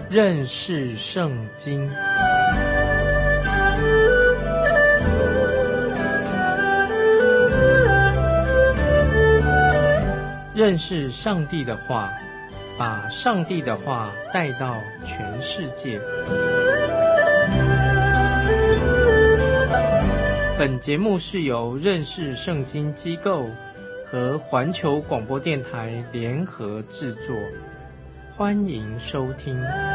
认识圣经。认识上帝的话，把上帝的话带到全世界。本节目是由认识圣经机构和环球广播电台联合制作，欢迎收听。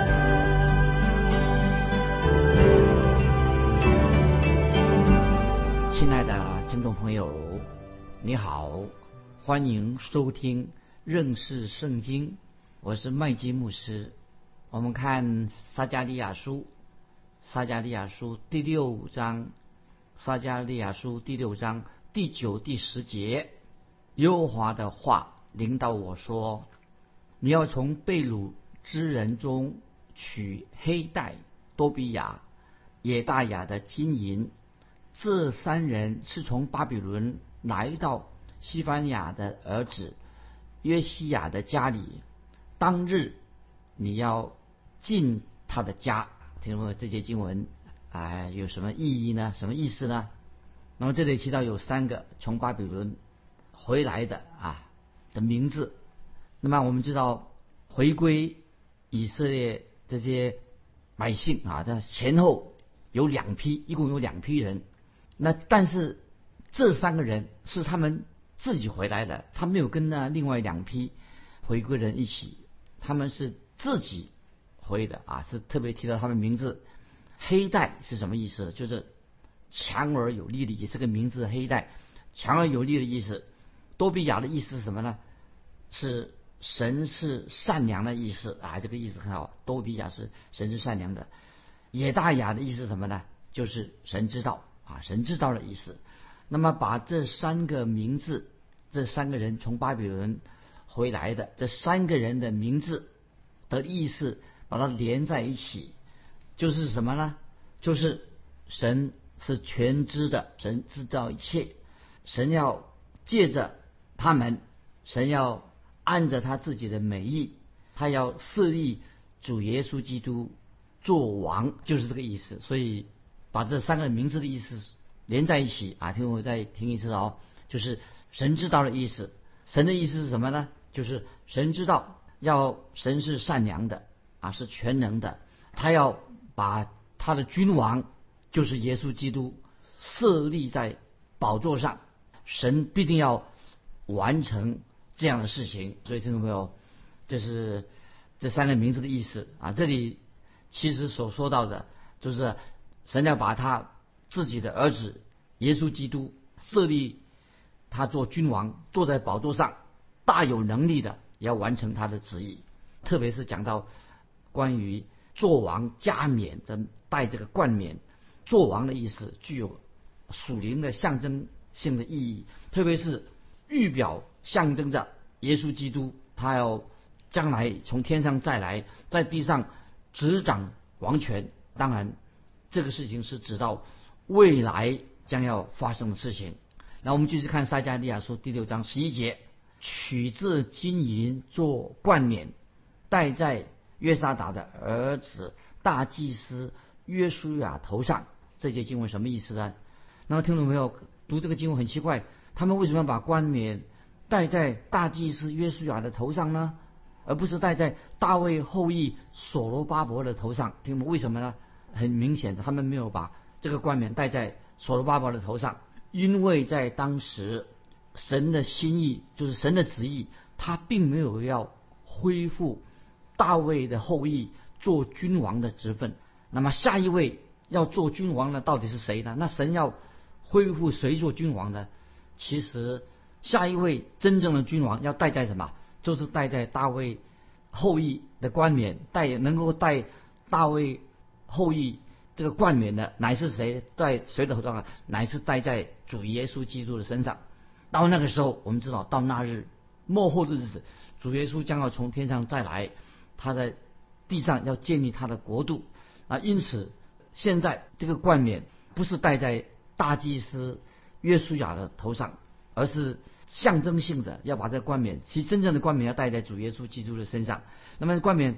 亲爱的听众朋友，你好，欢迎收听认识圣经，我是麦基牧师。我们看撒迦利亚书第6章，撒迦利亚书第6章第9、第10节，耶和华的话临到我说：你要从被掳之人中取黑带、多比亚、也大雅的金银，这3人是从巴比伦来到西番雅的儿子约西亚的家里，当日你要进他的家。听说这些经文有什么意义呢？什么意思呢？那么这里提到有3个从巴比伦回来的的名字。那么我们知道回归以色列这些百姓这前后有2批，一共有2批人。那但是这3个人是他们自己回来的，他没有跟另外2批回归人一起，他们是自己回的是特别提到他们名字。黑带是什么意思？就是强而有力的，也是个名字。黑带强而有力的意思。多比亚的意思是什么呢？是神是善良的意思这个意思很好。多比亚是神是善良的。也大雅的意思是什么呢？就是神知道神知道的意思。那么把这3个名字，这3个人从巴比伦回来的这3个人的名字的意思，把它连在一起，就是什么呢？就是神是全知的，神知道一切，神要借着他们，神要按着他自己的美意，他要设立主耶稣基督做王，就是这个意思。所以把这3个名字的意思连在一起听我再听一次就是神知道的意思。神的意思是什么呢？就是神知道，神是善良的是全能的，他要把他的君王就是耶稣基督设立在宝座上，神必定要完成这样的事情。所以听众朋友，这是这3个名字的意思这里其实所说到的就是神要把他自己的儿子耶稣基督设立他做君王，坐在宝座上，大有能力的也要完成他的旨意。特别是讲到关于做王加冕，带这个冠冕，做王的意思具有属灵的象征性的意义，特别是预表象征着耶稣基督他要将来从天上再来，在地上执掌王权。当然这个事情是指到未来将要发生的事情。那我们继续看撒迦利亚书第6章11节，取这金银做冠冕，戴在约沙达的儿子大祭司约书亚头上。这节经文什么意思呢？那么听众朋友读这个经文很奇怪，他们为什么要把冠冕戴在大祭司约书亚的头上呢，而不是戴在大卫后裔所罗巴伯的头上？听懂为什么呢？很明显的，他们没有把这个冠冕戴在所罗巴伯的头上，因为在当时神的心意，就是神的旨意，他并没有要恢复大卫的后裔做君王的职分。那么下一位要做君王的到底是谁呢？那神要恢复谁做君王呢？其实下一位真正的君王要戴在什么？就是戴在大卫后裔的冠冕，能够戴大卫后裔这个冠冕的乃是谁？戴谁的头上？乃是戴在主耶稣基督的身上。到那个时候，我们知道到那日末后的日子，主耶稣将要从天上再来，他在地上要建立他的国度因此现在这个冠冕不是戴在大祭司约书亚的头上，而是象征性的要把这个冠冕，其实真正的冠冕要戴在主耶稣基督的身上。那么冠冕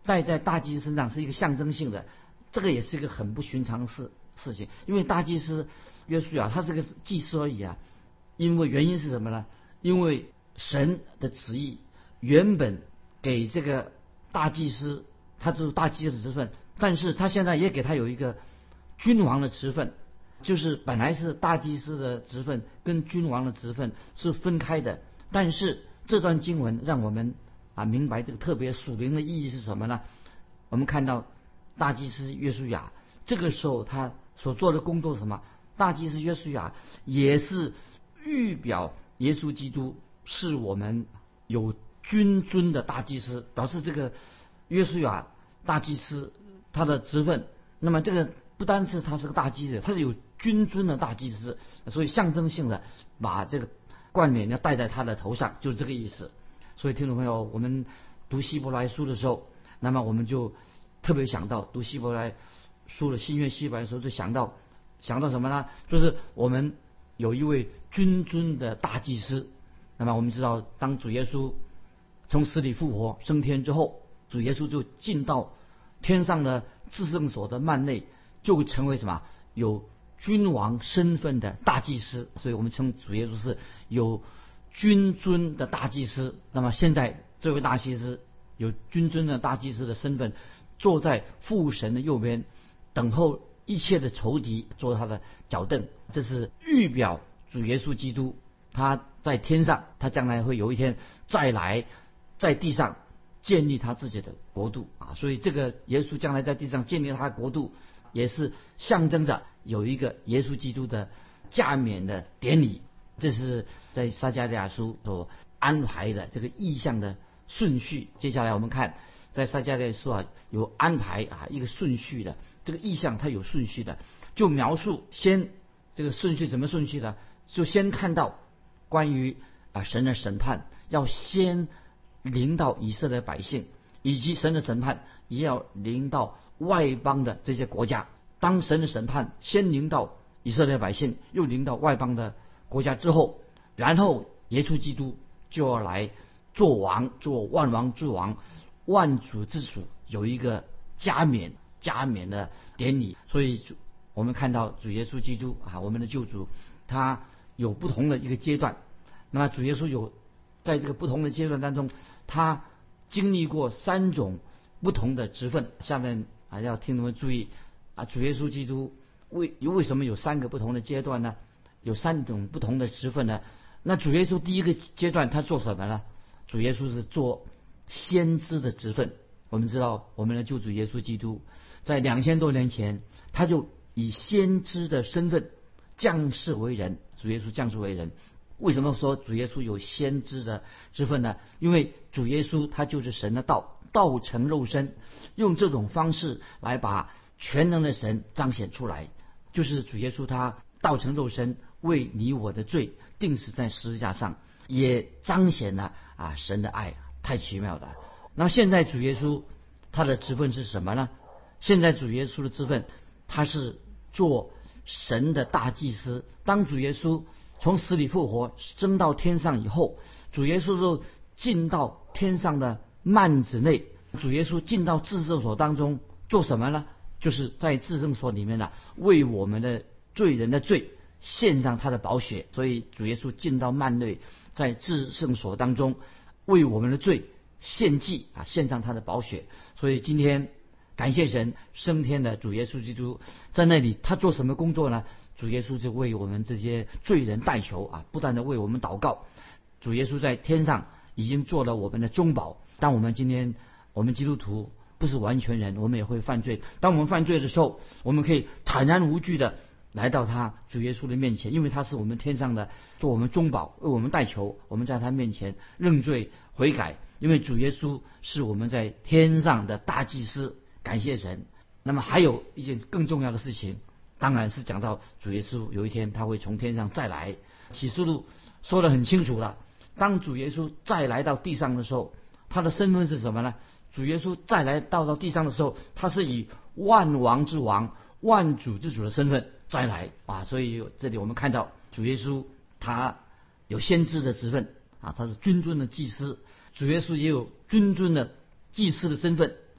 戴在大祭司身上是一个象征性的，这个也是一个很不寻常的事情。因为大祭司约书亚他是个祭司而已啊，因为原因是什么呢？因为神的旨意原本给这个大祭司，他就是大祭司的职分，但是他现在也给他有一个君王的职分，就是本来是大祭司的职分跟君王的职分是分开的。但是这段经文让我们明白这个特别属灵的意义是什么呢？我们看到大祭司约书亚这个时候他所做的工作是什么？大祭司约书亚也是预表耶稣基督是我们有君尊的大祭司，表示这个约书亚大祭司他的职分，那么这个不单是他是个大祭司，他是有君尊的大祭司，所以象征性的把这个冠冕要戴在他的头上，就是这个意思。所以听众朋友，我们读希伯来书的时候，那么我们就特别想到读希伯来书的新约希伯来的时候，就想到什么呢？就是我们有一位君尊的大祭司。那么我们知道，当主耶稣从死里复活升天之后，主耶稣就进到天上的至圣所的幔内，就成为什么？有君王身份的大祭司。所以我们称主耶稣是有君尊的大祭司。那么现在这位大祭司有君尊的大祭司的身份，坐在父神的右边，等候一切的仇敌做他的脚凳。这是预表主耶稣基督他在天上，他将来会有一天再来在地上建立他自己的国度所以这个耶稣将来在地上建立他的国度，也是象征着有一个耶稣基督的加冕的典礼。这是在撒迦利亚书所安排的这个意象的顺序。接下来我们看在撒迦利亚书有安排一个顺序的，这个意象它有顺序的，就描述先这个顺序怎么顺序呢？就先看到关于神的审判要先临到以色列百姓，以及神的审判也要临到外邦的这些国家。当神的审判先临到以色列百姓，又临到外邦的国家之后，然后耶稣基督就要来做王，做万王之王，万主之主，有一个加冕的典礼。所以我们看到主耶稣基督我们的救主，他有不同的一个阶段。那么主耶稣有在这个不同的阶段当中，他经历过3种不同的职分。下面要听众们注意主耶稣基督为什么有3个不同的阶段呢？有3种不同的职分呢？那主耶稣第一个阶段他做什么呢？主耶稣是做先知的职分。我们知道我们的救主耶稣基督在2000多年前，他就以先知的身份降世为人。主耶稣降世为人，为什么说主耶稣有先知的职分呢？因为主耶稣他就是神的道成肉身，用这种方式来把全能的神彰显出来。就是主耶稣他道成肉身，为你我的罪钉死在十字架上，也彰显了神的爱，太奇妙了。那么现在主耶稣他的职分是什么呢？现在主耶稣的职分，他是做神的大祭司。当主耶稣从死里复活升到天上以后，主耶稣就进到天上的幔子内。主耶稣进到至圣所当中做什么呢？就是在至圣所里面为我们的罪人的罪献上他的宝血。所以主耶稣进到幔内，在至圣所当中为我们的罪献祭献上他的宝血。所以今天感谢神，升天的主耶稣基督在那里，他做什么工作呢？主耶稣就为我们这些罪人代求不断的为我们祷告。主耶稣在天上已经做了我们的中保。当我们今天我们基督徒不是完全人，我们也会犯罪。当我们犯罪的时候，我们可以坦然无惧的来到他主耶稣的面前，因为他是我们天上的，做我们中保，为我们代求。我们在他面前认罪悔改，因为主耶稣是我们在天上的大祭司。感谢神。那么还有一件更重要的事情，当然是讲到主耶稣有一天他会从天上再来。启示录说得很清楚了，当主耶稣再来到地上的时候，他的身份是什么呢？主耶稣再来到地上的时候，他是以万王之王、万主之主的身份再来所以这里我们看到主耶稣他有先知的职分他是君尊的祭司。主耶稣也有君尊的祭司的身份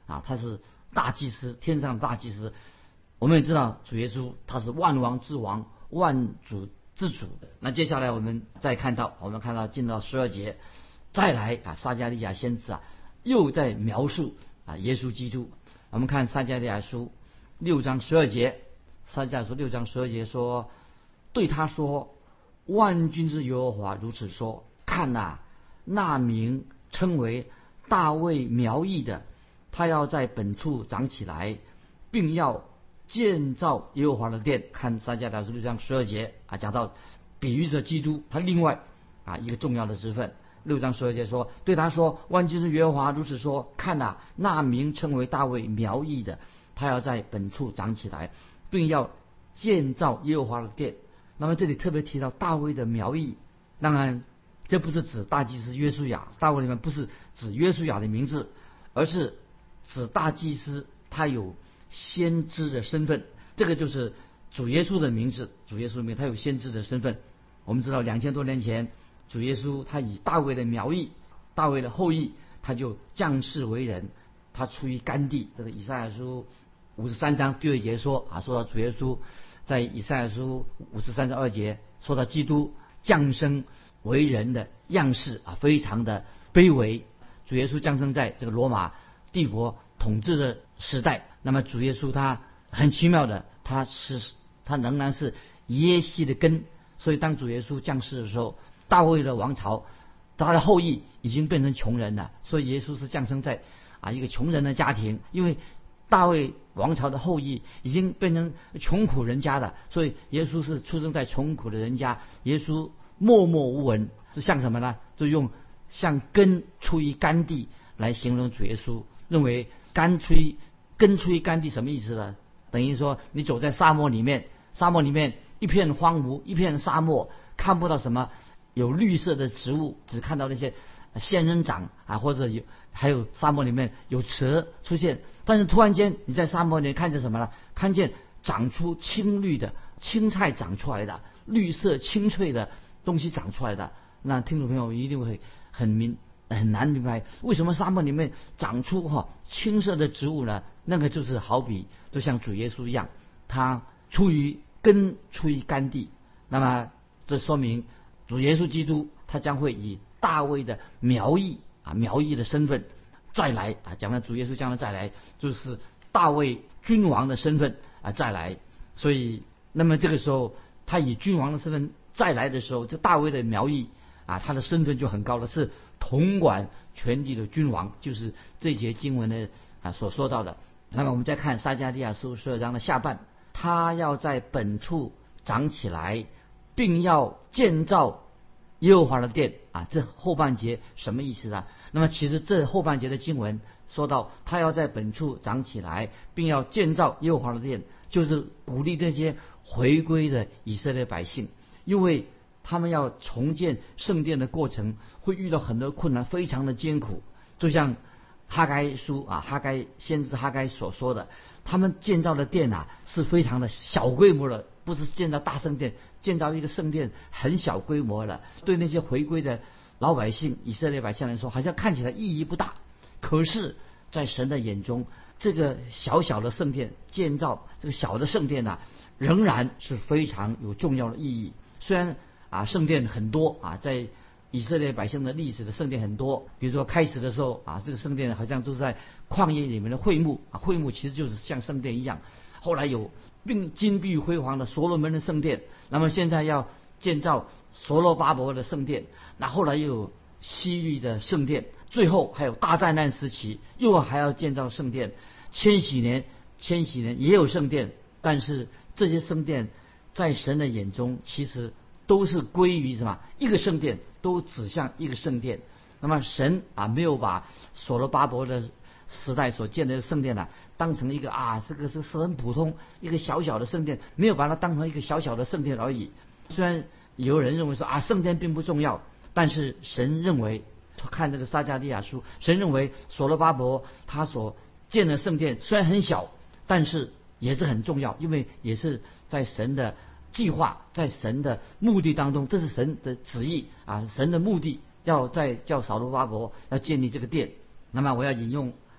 啊，他是大祭司，天上的大祭司。我们也知道主耶稣他是万王之王，万主之主。那接下来我们看到进到12节，再来啊，撒迦利亚先知啊又在描述啊耶稣基督。我们看撒迦利亚书6章12节，撒迦利亚书6章12节说，对他说，万军之耶和华如此说，看哪，那名称为大卫苗裔的，他要在本处长起来，并要建造耶和华的殿。看撒迦利亚书6章12节啊，讲到比喻着基督，他另外啊一个重要的职分。6章12节说，对他说，万军之耶和华如此说，看哪，那名称为大卫苗裔的，他要在本处长起来，并要建造耶和华的殿。那么这里特别提到大卫的苗裔，当然这不是指大祭司约书亚，大卫里面不是指约书亚的名字，而是指大祭司他有先知的身份。这个就是主耶稣的名字，主耶稣里面他有先知的身份。我们知道2000多年前，主耶稣他以大卫的苗裔，大卫的后裔，他就降世为人，他出于甘地。这个以赛亚书53章第2节说啊，说到主耶稣，在以赛亚书53章2节说到基督降生为人的样式啊，非常的卑微。主耶稣降生在这个罗马帝国统治的时代，那么主耶稣他很奇妙的，他仍然是耶西的根。所以当主耶稣降世的时候，大卫的王朝他的后裔已经变成穷人了，所以耶稣是降生在啊一个穷人的家庭。因为大卫王朝的后裔已经变成穷苦人家了，所以耶稣是出生在穷苦的人家。耶稣默默无闻，是像什么呢？就用像根出于干地来形容主耶稣。认为根出于干地什么意思呢？等于说你走在沙漠里面一片荒芜，一片沙漠，看不到什么有绿色的植物，只看到那些仙人掌啊，或者还有沙漠里面有蛇出现。但是突然间你在沙漠里看见什么呢？看见长出青绿的青菜长出来的，绿色青翠的东西长出来的。那听众朋友一定会很难明白为什么沙漠里面长出青色的植物呢？那个就是好比就像主耶稣一样，他出于干地。那么这说明主耶稣基督他将会以大卫的苗裔的身份再来啊。讲到主耶稣将来再来，就是大卫君王的身份啊再来。所以那么这个时候他以君王的身份再来的时候，这大卫的苗裔啊，他的身份就很高了，是统管全地的君王，就是这节经文的啊所说到的。那么我们再看撒迦利亚书12章的下半，他要在本处长起来，并要建造耶和华的殿啊。这后半节什么意思呢？那么其实这后半节的经文说到他要在本处长起来，并要建造耶和华的殿，就是鼓励这些回归的以色列百姓，因为他们要重建圣殿的过程会遇到很多困难，非常的艰苦。就像哈该书啊，先知哈该所说的，他们建造的殿啊是非常的小规模的，不是建造大圣殿，建造一个圣殿很小规模的。对那些回归的老百姓以色列百姓来说，好像看起来意义不大，可是在神的眼中，这个小小的圣殿，建造这个小的圣殿啊，仍然是非常有重要的意义。虽然啊圣殿很多啊，在以色列百姓的历史的圣殿很多，比如说开始的时候啊，这个圣殿好像都是在旷野里面的会幕啊，会幕其实就是像圣殿一样。后来有并金碧辉煌的所罗门的圣殿，那么现在要建造所罗巴伯的圣殿，那后来又有西律的圣殿，最后还有大灾难时期又还要建造圣殿。千禧年也有圣殿，但是这些圣殿在神的眼中其实都是归于什么？一个圣殿，都指向一个圣殿。那么神啊没有把所罗巴伯的时代所建的圣殿呢，当成一个这个是很普通一个小小的圣殿，没有把它当成一个小小的圣殿而已。虽然有人认为说圣殿并不重要，但是神认为，看这个撒迦利亚书，神认为所罗巴伯他所建的圣殿虽然很小，但是也是很重要，因为也是在神的计划，在神的目的当中，这是神的旨意啊，神的目的叫扫罗巴伯要建立这个殿。那么我要引用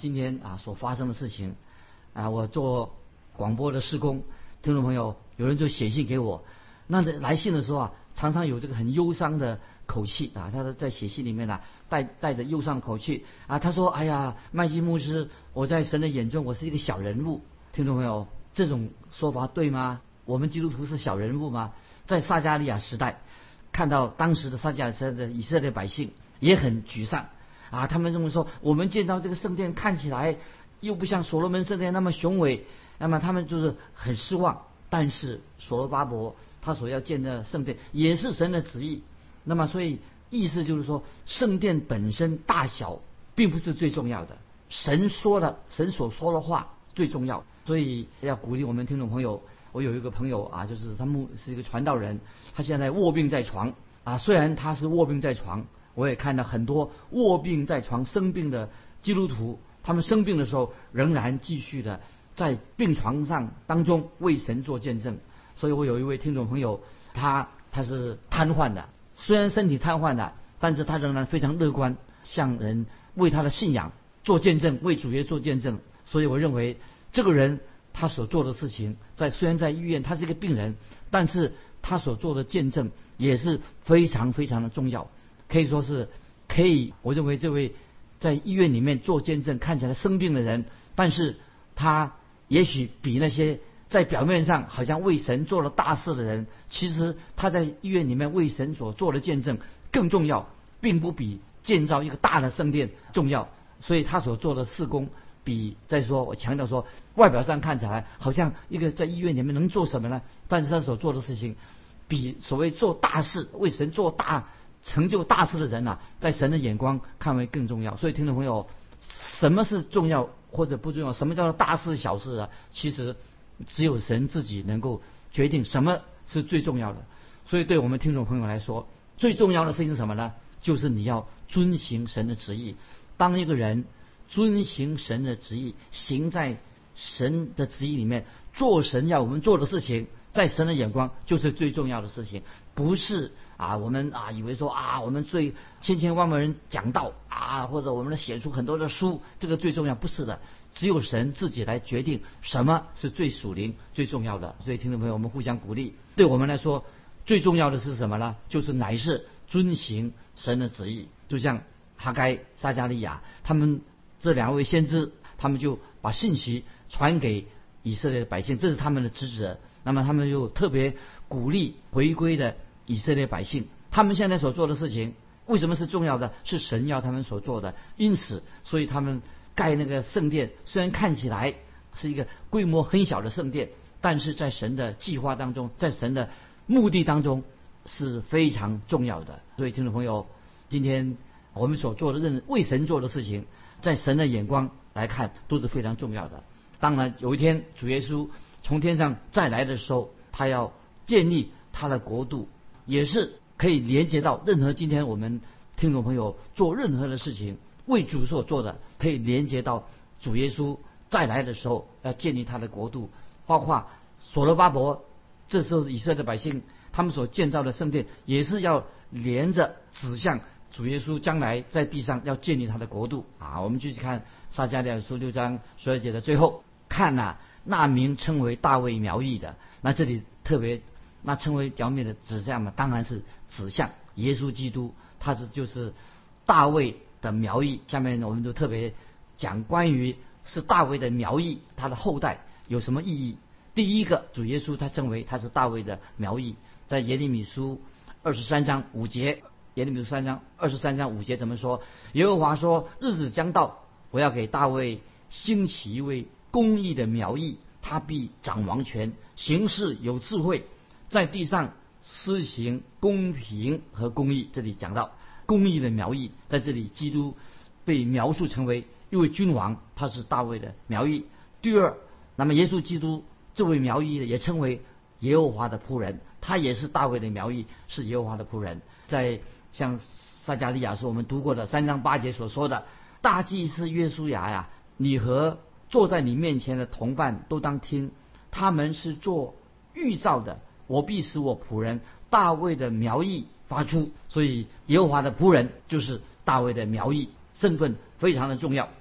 今天所发生的事情我做广播的事工，听众朋友有人就写信给我，那来信的时候常常有这个很忧伤的口气他在写信里面带着忧伤的口气他说：“哎呀，麦基牧师，我在神的眼中我是一个小人物。”听众朋友，这种说法对吗？我们基督徒是小人物吗？在撒迦利亚时代，看到当时的撒迦利亚的以色列百姓也很沮丧他们认为说，我们见到这个圣殿看起来又不像所罗门圣殿那么雄伟，那么他们就是很失望。但是所罗巴伯他所要建的圣殿也是神的旨意，那么所以意思就是说，圣殿本身大小并不是最重要的，神所说的话最重要。所以要鼓励我们听众朋友，我有一个朋友就是他是一个传道人，他现在卧病在床虽然他是卧病在床，我也看到很多卧病在床生病的基督徒，他们生病的时候仍然继续的在病床上当中为神做见证。所以我有一位听众朋友，他是瘫痪的，虽然身体瘫痪的，但是他仍然非常乐观，向人为他的信仰做见证，为主耶稣做见证。所以我认为这个人他所做的事情，虽然在医院他是一个病人，但是他所做的见证也是非常非常的重要，可以说是我认为这位在医院里面做见证看起来生病的人，但是他也许比那些在表面上好像为神做了大事的人，其实他在医院里面为神所做的见证更重要，并不比建造一个大的圣殿重要。所以他所做的事工我强调说，外表上看起来好像一个在医院里面能做什么呢？但是他所做的事情比所谓做大事为神做成就大事的人在神的眼光看为更重要。所以听众朋友，什么是重要或者不重要，什么叫做大事小事其实只有神自己能够决定什么是最重要的。所以对我们听众朋友来说，最重要的事情是什么呢？就是你要遵行神的旨意。当一个人遵行神的旨意，行在神的旨意里面，做神要我们做的事情，在神的眼光就是最重要的事情。不是我们以为说我们最千万人讲道或者我们写出很多的书，这个最重要，不是的。只有神自己来决定什么是最属灵最重要的。所以听众朋友，我们互相鼓励。对我们来说，最重要的是什么呢？就是乃是遵行神的旨意。就像哈该、撒迦利亚他们这两位先知，他们就把信息传给以色列的百姓，这是他们的职责。那么他们又特别鼓励回归的以色列百姓，他们现在所做的事情为什么是重要的？是神要他们所做的。因此所以他们盖那个圣殿，虽然看起来是一个规模很小的圣殿，但是在神的计划当中，在神的目的当中是非常重要的。所以听众朋友，今天我们所做的为神做的事情，在神的眼光来看都是非常重要的。当然有一天主耶稣从天上再来的时候，他要建立他的国度，也是可以连接到任何今天我们听众朋友做任何的事情，为主所做的，可以连接到主耶稣再来的时候要建立他的国度。包括所罗巴伯这时候以色列百姓他们所建造的圣殿，也是要连着指向主耶稣将来在地上要建立他的国度我们继续看撒迦利亚书6章12节的最后，看那名称为大卫苗裔的，那这里特别那称为苗裔的指向当然是指向耶稣基督，他就是大卫的苗裔。下面我们就特别讲关于是大卫的苗裔，他的后代有什么意义。第一个，主耶稣他称为他是大卫的苗裔，在耶利米书23章5节，耶利米书23章5节怎么说？耶和华说，日子将到，我要给大卫兴起一位公义的苗裔，他必掌王权，行事有智慧，在地上施行公平和公义。这里讲到公义的苗裔，在这里基督被描述成为一位君王，他是大卫的苗裔。第二，那么耶稣基督这位苗裔也称为耶和华的仆人，他也是大卫的苗裔，是耶和华的仆人。在像撒迦利亚是我们读过的3章8节所说的，大祭司约书亚呀，你和坐在你面前的同伴都当听，他们是做预兆的，我必使我仆人大卫的苗裔发出。所以耶和华的仆人就是大卫的苗裔，身份非常的重要。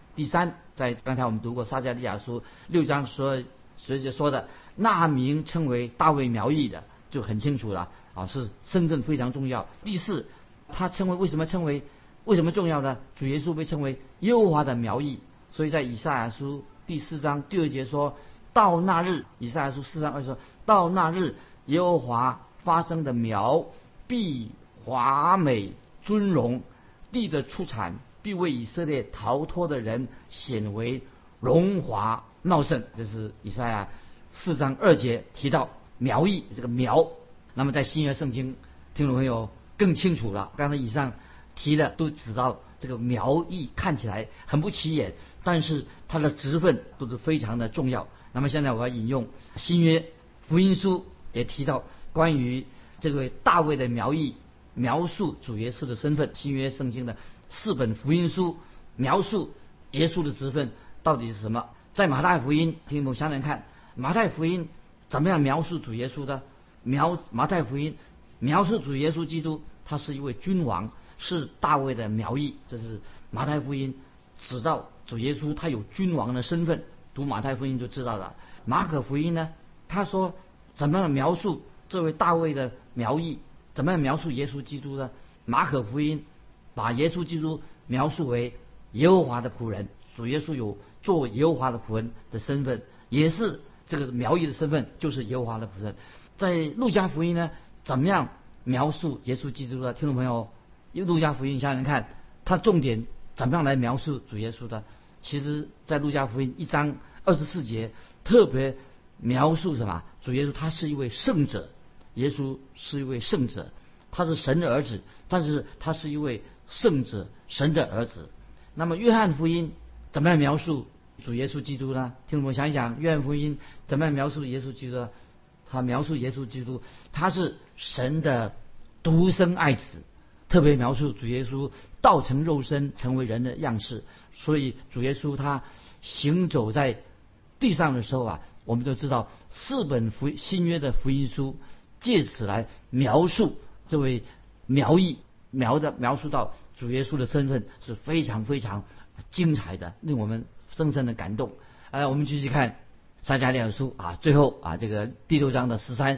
第三，在刚才我们读过撒迦利亚书6章12节说的，那名称为大卫苗裔的，就很清楚了啊，是身份非常重要。第四，他为什么重要呢？主耶稣被称为耶和华的苗裔，所以在以赛亚书第4章第2节说，到那日，以赛亚书4章2说，到那日，耶和华发生的苗必华美尊荣，地的出产必为以色列逃脱的人显为荣华茂盛。这是以赛亚4章2节提到苗裔这个苗。那么在新约圣经，听众朋友更清楚了。刚才以上提的都知道，这个苗裔看起来很不起眼，但是它的职分都是非常的重要。那么现在我要引用新约福音书也提到关于这位大卫的苗裔，描述主耶稣的身份。新约圣经的4本福音书描述耶稣的职分到底是什么？在马太福音，听众想想看，马太福音怎么样描述主耶稣的？马太福音描述主耶稣基督，他是一位君王，是大卫的苗裔。这是马太福音指到主耶稣他有君王的身份，读马太福音就知道了。马可福音呢，他说怎么样描述这位大卫的苗裔，怎么样描述耶稣基督呢？马可福音把耶稣基督描述为耶和华的仆人，主耶稣有作为耶和华的仆人的身份，也是这个苗裔的身份，就是耶和华的仆人。在路加福音呢，怎么样描述耶稣基督的？听众朋友，路加福音想想看，它重点怎么样来描述主耶稣的？其实在路加福音1章24节特别描述什么？主耶稣他是一位圣者，耶稣是一位圣者，他是神的儿子，但是他是一位圣者，神的儿子。那么约翰福音怎么样描述主耶稣基督呢？听众朋友想一想，约翰福音怎么样描述耶稣基督呢？他描述耶稣基督，他是神的独生爱子，特别描述主耶稣道成肉身，成为人的样式。所以主耶稣他行走在地上的时候啊，我们都知道4本新约的福音书借此来描述这位苗裔，描述到主耶稣的身份是非常非常精彩的，令我们深深的感动。我们继续看撒迦利亚书啊，最后啊，这个第6章的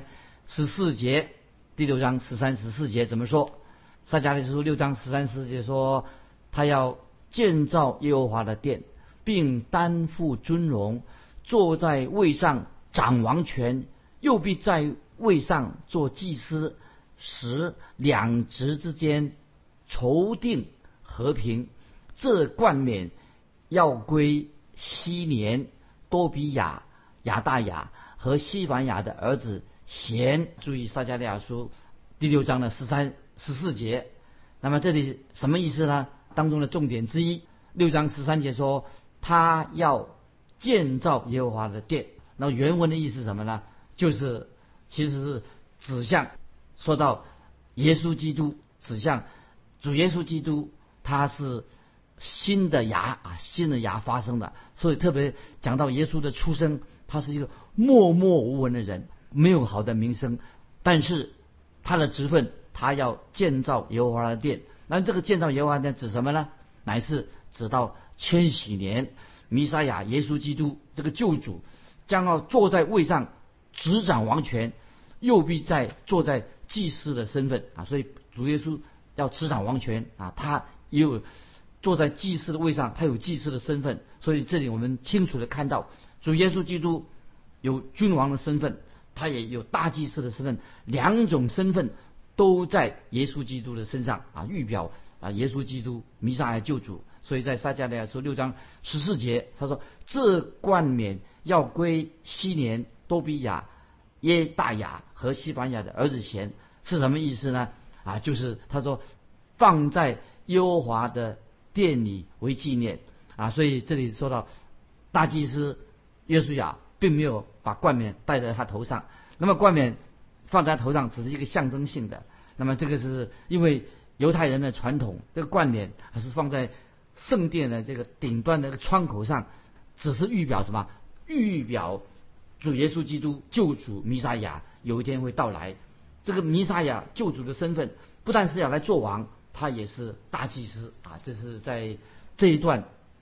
13、14节，第6章13、14节怎么说？撒迦利亚书6章13、14节说，他要建造耶和华的殿，并担负尊荣，坐在位上掌王权，又必在位上做祭司，使两职之间筹定和平。这冠冕要归希年、多比亚、亚大雅和西番雅的儿子贤。注意撒迦利亚书第6章的13、14节。那么这里什么意思呢？当中的重点之一，6章13节说他要建造耶和华的殿。那原文的意思是什么呢？就是其实是指向说到耶稣基督，指向主耶稣基督，他是新的芽发生的。所以特别讲到耶稣的出生，他是一个默默无闻的人，没有好的名声，但是他的职分，他要建造耶和华的殿。那这个建造耶和华的殿指什么呢？乃是指到千禧年弥赛亚耶稣基督这个救主将要坐在位上执掌王权，又必坐在祭司的身份啊。所以主耶稣要执掌王权啊，他也有坐在祭司的位上，他有祭司的身份。所以这里我们清楚的看到，主耶稣基督有君王的身份，他也有大祭司的身份，两种身份都在耶稣基督的身上啊，预表耶稣基督弥赛亚救主。所以在撒迦利亚书6章14节，他说这冠冕要归希年、多比亚、耶大雅和西番雅的儿子贤，是什么意思呢？就是他说放在耶和华的殿里为纪念啊。所以这里说到大祭司约书亚并没有把冠冕戴在他头上，那么冠冕放在他头上只是一个象征性的。那么这个是因为犹太人的传统，这个冠冕还是放在圣殿的这个顶端的这个窗口上，只是预表什么？预表主耶稣基督救主弥赛亚有一天会到来。这个弥赛亚救主的身份不但是要来做王，他也是大祭司啊。这是在这一段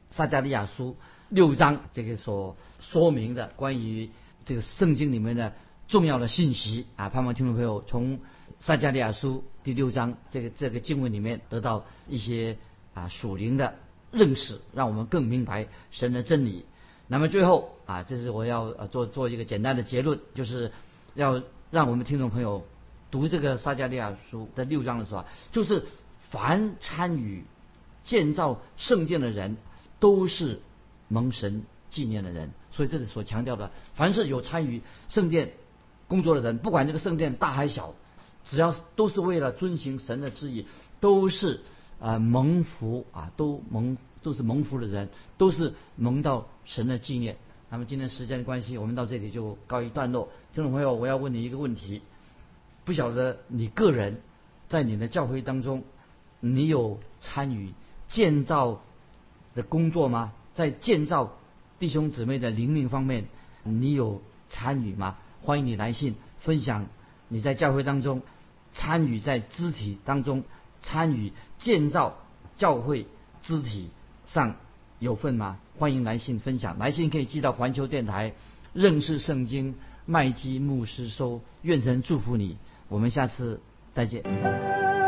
撒迦利亚书6章这个所说明的关于这个圣经里面的重要的信息啊，盼望听众朋友从撒迦利亚书第6章这个经文里面得到一些属灵的认识，让我们更明白神的真理。那么最后这是我要做一个简单的结论，就是要让我们听众朋友读这个撒迦利亚书的6章的时候就是凡参与建造圣殿的人都是蒙神纪念的人。所以这是所强调的，凡是有参与圣殿工作的人，不管这个圣殿大还小，只要都是为了遵行神的旨意，都是蒙福都是蒙福的人，都是蒙到神的纪念。那么今天时间的关系，我们到这里就告一段落。听众朋友，我要问你一个问题，不晓得你个人在你的教会当中，你有参与建造的工作吗？在建造弟兄姊妹的灵命方面，你有参与吗？欢迎你来信分享你在教会当中参与在肢体当中参与建造教会肢体上有份吗？欢迎来信分享。来信可以寄到环球电台认识圣经麦基牧师收。愿神祝福你，我们下次再见。